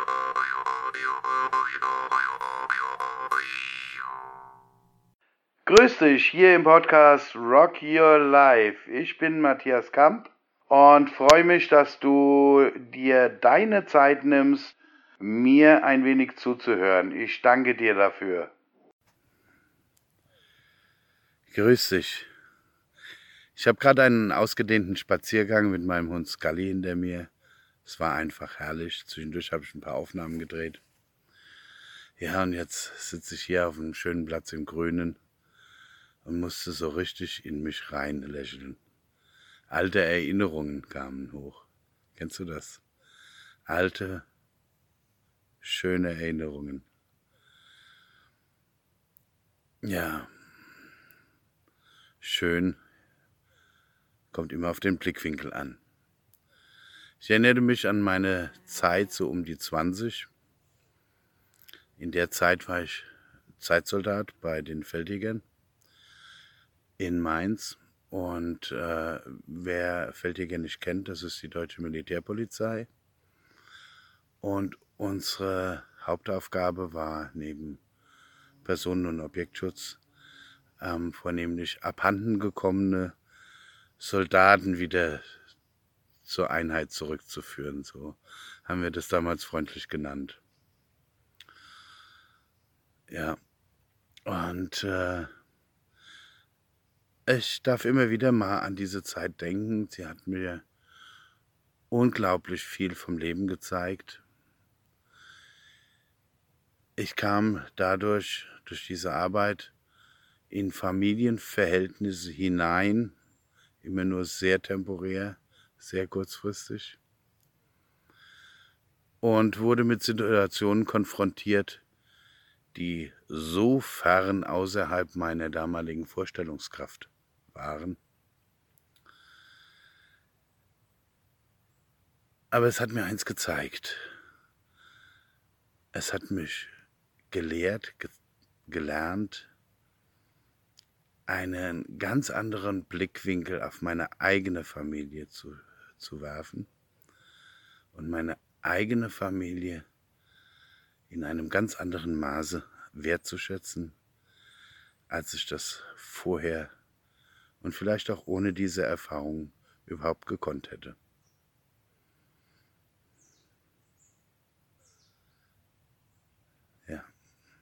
Grüß dich hier im Podcast Rock Your Life. Ich bin Matthias Kamp und freue mich, dass du dir deine Zeit nimmst, mir ein wenig zuzuhören. Ich danke dir dafür. Grüß dich. Ich habe gerade einen ausgedehnten Spaziergang mit meinem Hund Scully hinter mir. Es war einfach herrlich. Zwischendurch habe ich ein paar Aufnahmen gedreht. Ja, und jetzt sitze ich hier auf einem schönen Platz im Grünen und musste so richtig in mich rein lächeln. Alte Erinnerungen kamen hoch. Kennst du das? Alte, schöne Erinnerungen. Ja, schön kommt immer auf den Blickwinkel an. Ich erinnerte mich an meine Zeit so um die 20. In der Zeit war ich Zeitsoldat bei den Feldjägern in Mainz. Und wer Feldjäger nicht kennt, das ist die deutsche Militärpolizei. Und unsere Hauptaufgabe war neben Personen- und Objektschutz vornehmlich abhanden gekommene Soldaten wieder zur Einheit zurückzuführen. So haben wir das damals freundlich genannt. Ja, und ich darf immer wieder mal an diese Zeit denken. Sie hat mir unglaublich viel vom Leben gezeigt. Ich kam durch diese Arbeit in Familienverhältnisse hinein, immer nur sehr temporär, sehr kurzfristig, und wurde mit Situationen konfrontiert, die so fern außerhalb meiner damaligen Vorstellungskraft waren. Aber es hat mir eins gezeigt. Es hat mich gelehrt, gelernt, einen ganz anderen Blickwinkel auf meine eigene Familie zu werfen und meine eigene Familie in einem ganz anderen Maße wertzuschätzen, als ich das vorher und vielleicht auch ohne diese Erfahrung überhaupt gekonnt hätte. Ja.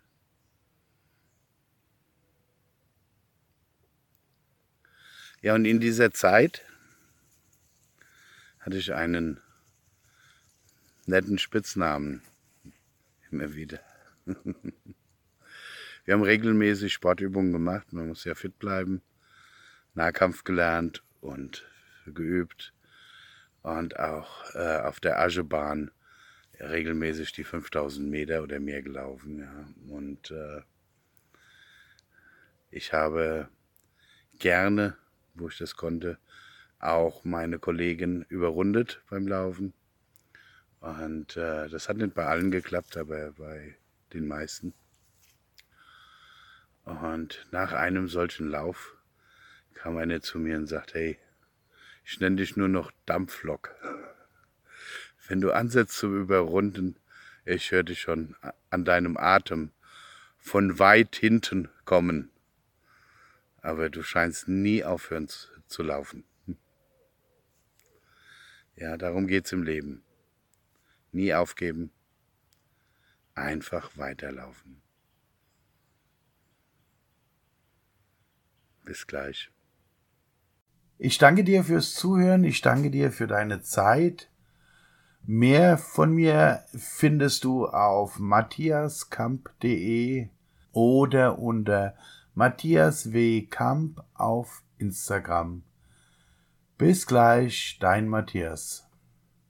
Ja, und in dieser Zeit hatte ich einen netten Spitznamen immer wieder. Wir haben regelmäßig Sportübungen gemacht, man muss ja fit bleiben, Nahkampf gelernt und geübt und auch auf der Aschebahn regelmäßig die 5000 Meter oder mehr gelaufen. Ja. Und ich habe gerne, wo ich das konnte, auch meine Kollegen überrundet beim Laufen. Und das hat nicht bei allen geklappt, aber bei den meisten. Und nach einem solchen Lauf kam einer zu mir und sagt: Hey, ich nenne dich nur noch Dampflok. Wenn du ansetzt zum Überrunden, ich höre dich schon an deinem Atem von weit hinten kommen. Aber du scheinst nie aufhören zu laufen. Ja, darum geht's im Leben. Nie aufgeben, einfach weiterlaufen. Bis gleich. Ich danke dir fürs Zuhören, ich danke dir für deine Zeit. Mehr von mir findest du auf matthiaskamp.de oder unter Matthias W. Kamp auf Instagram. Bis gleich, dein Matthias.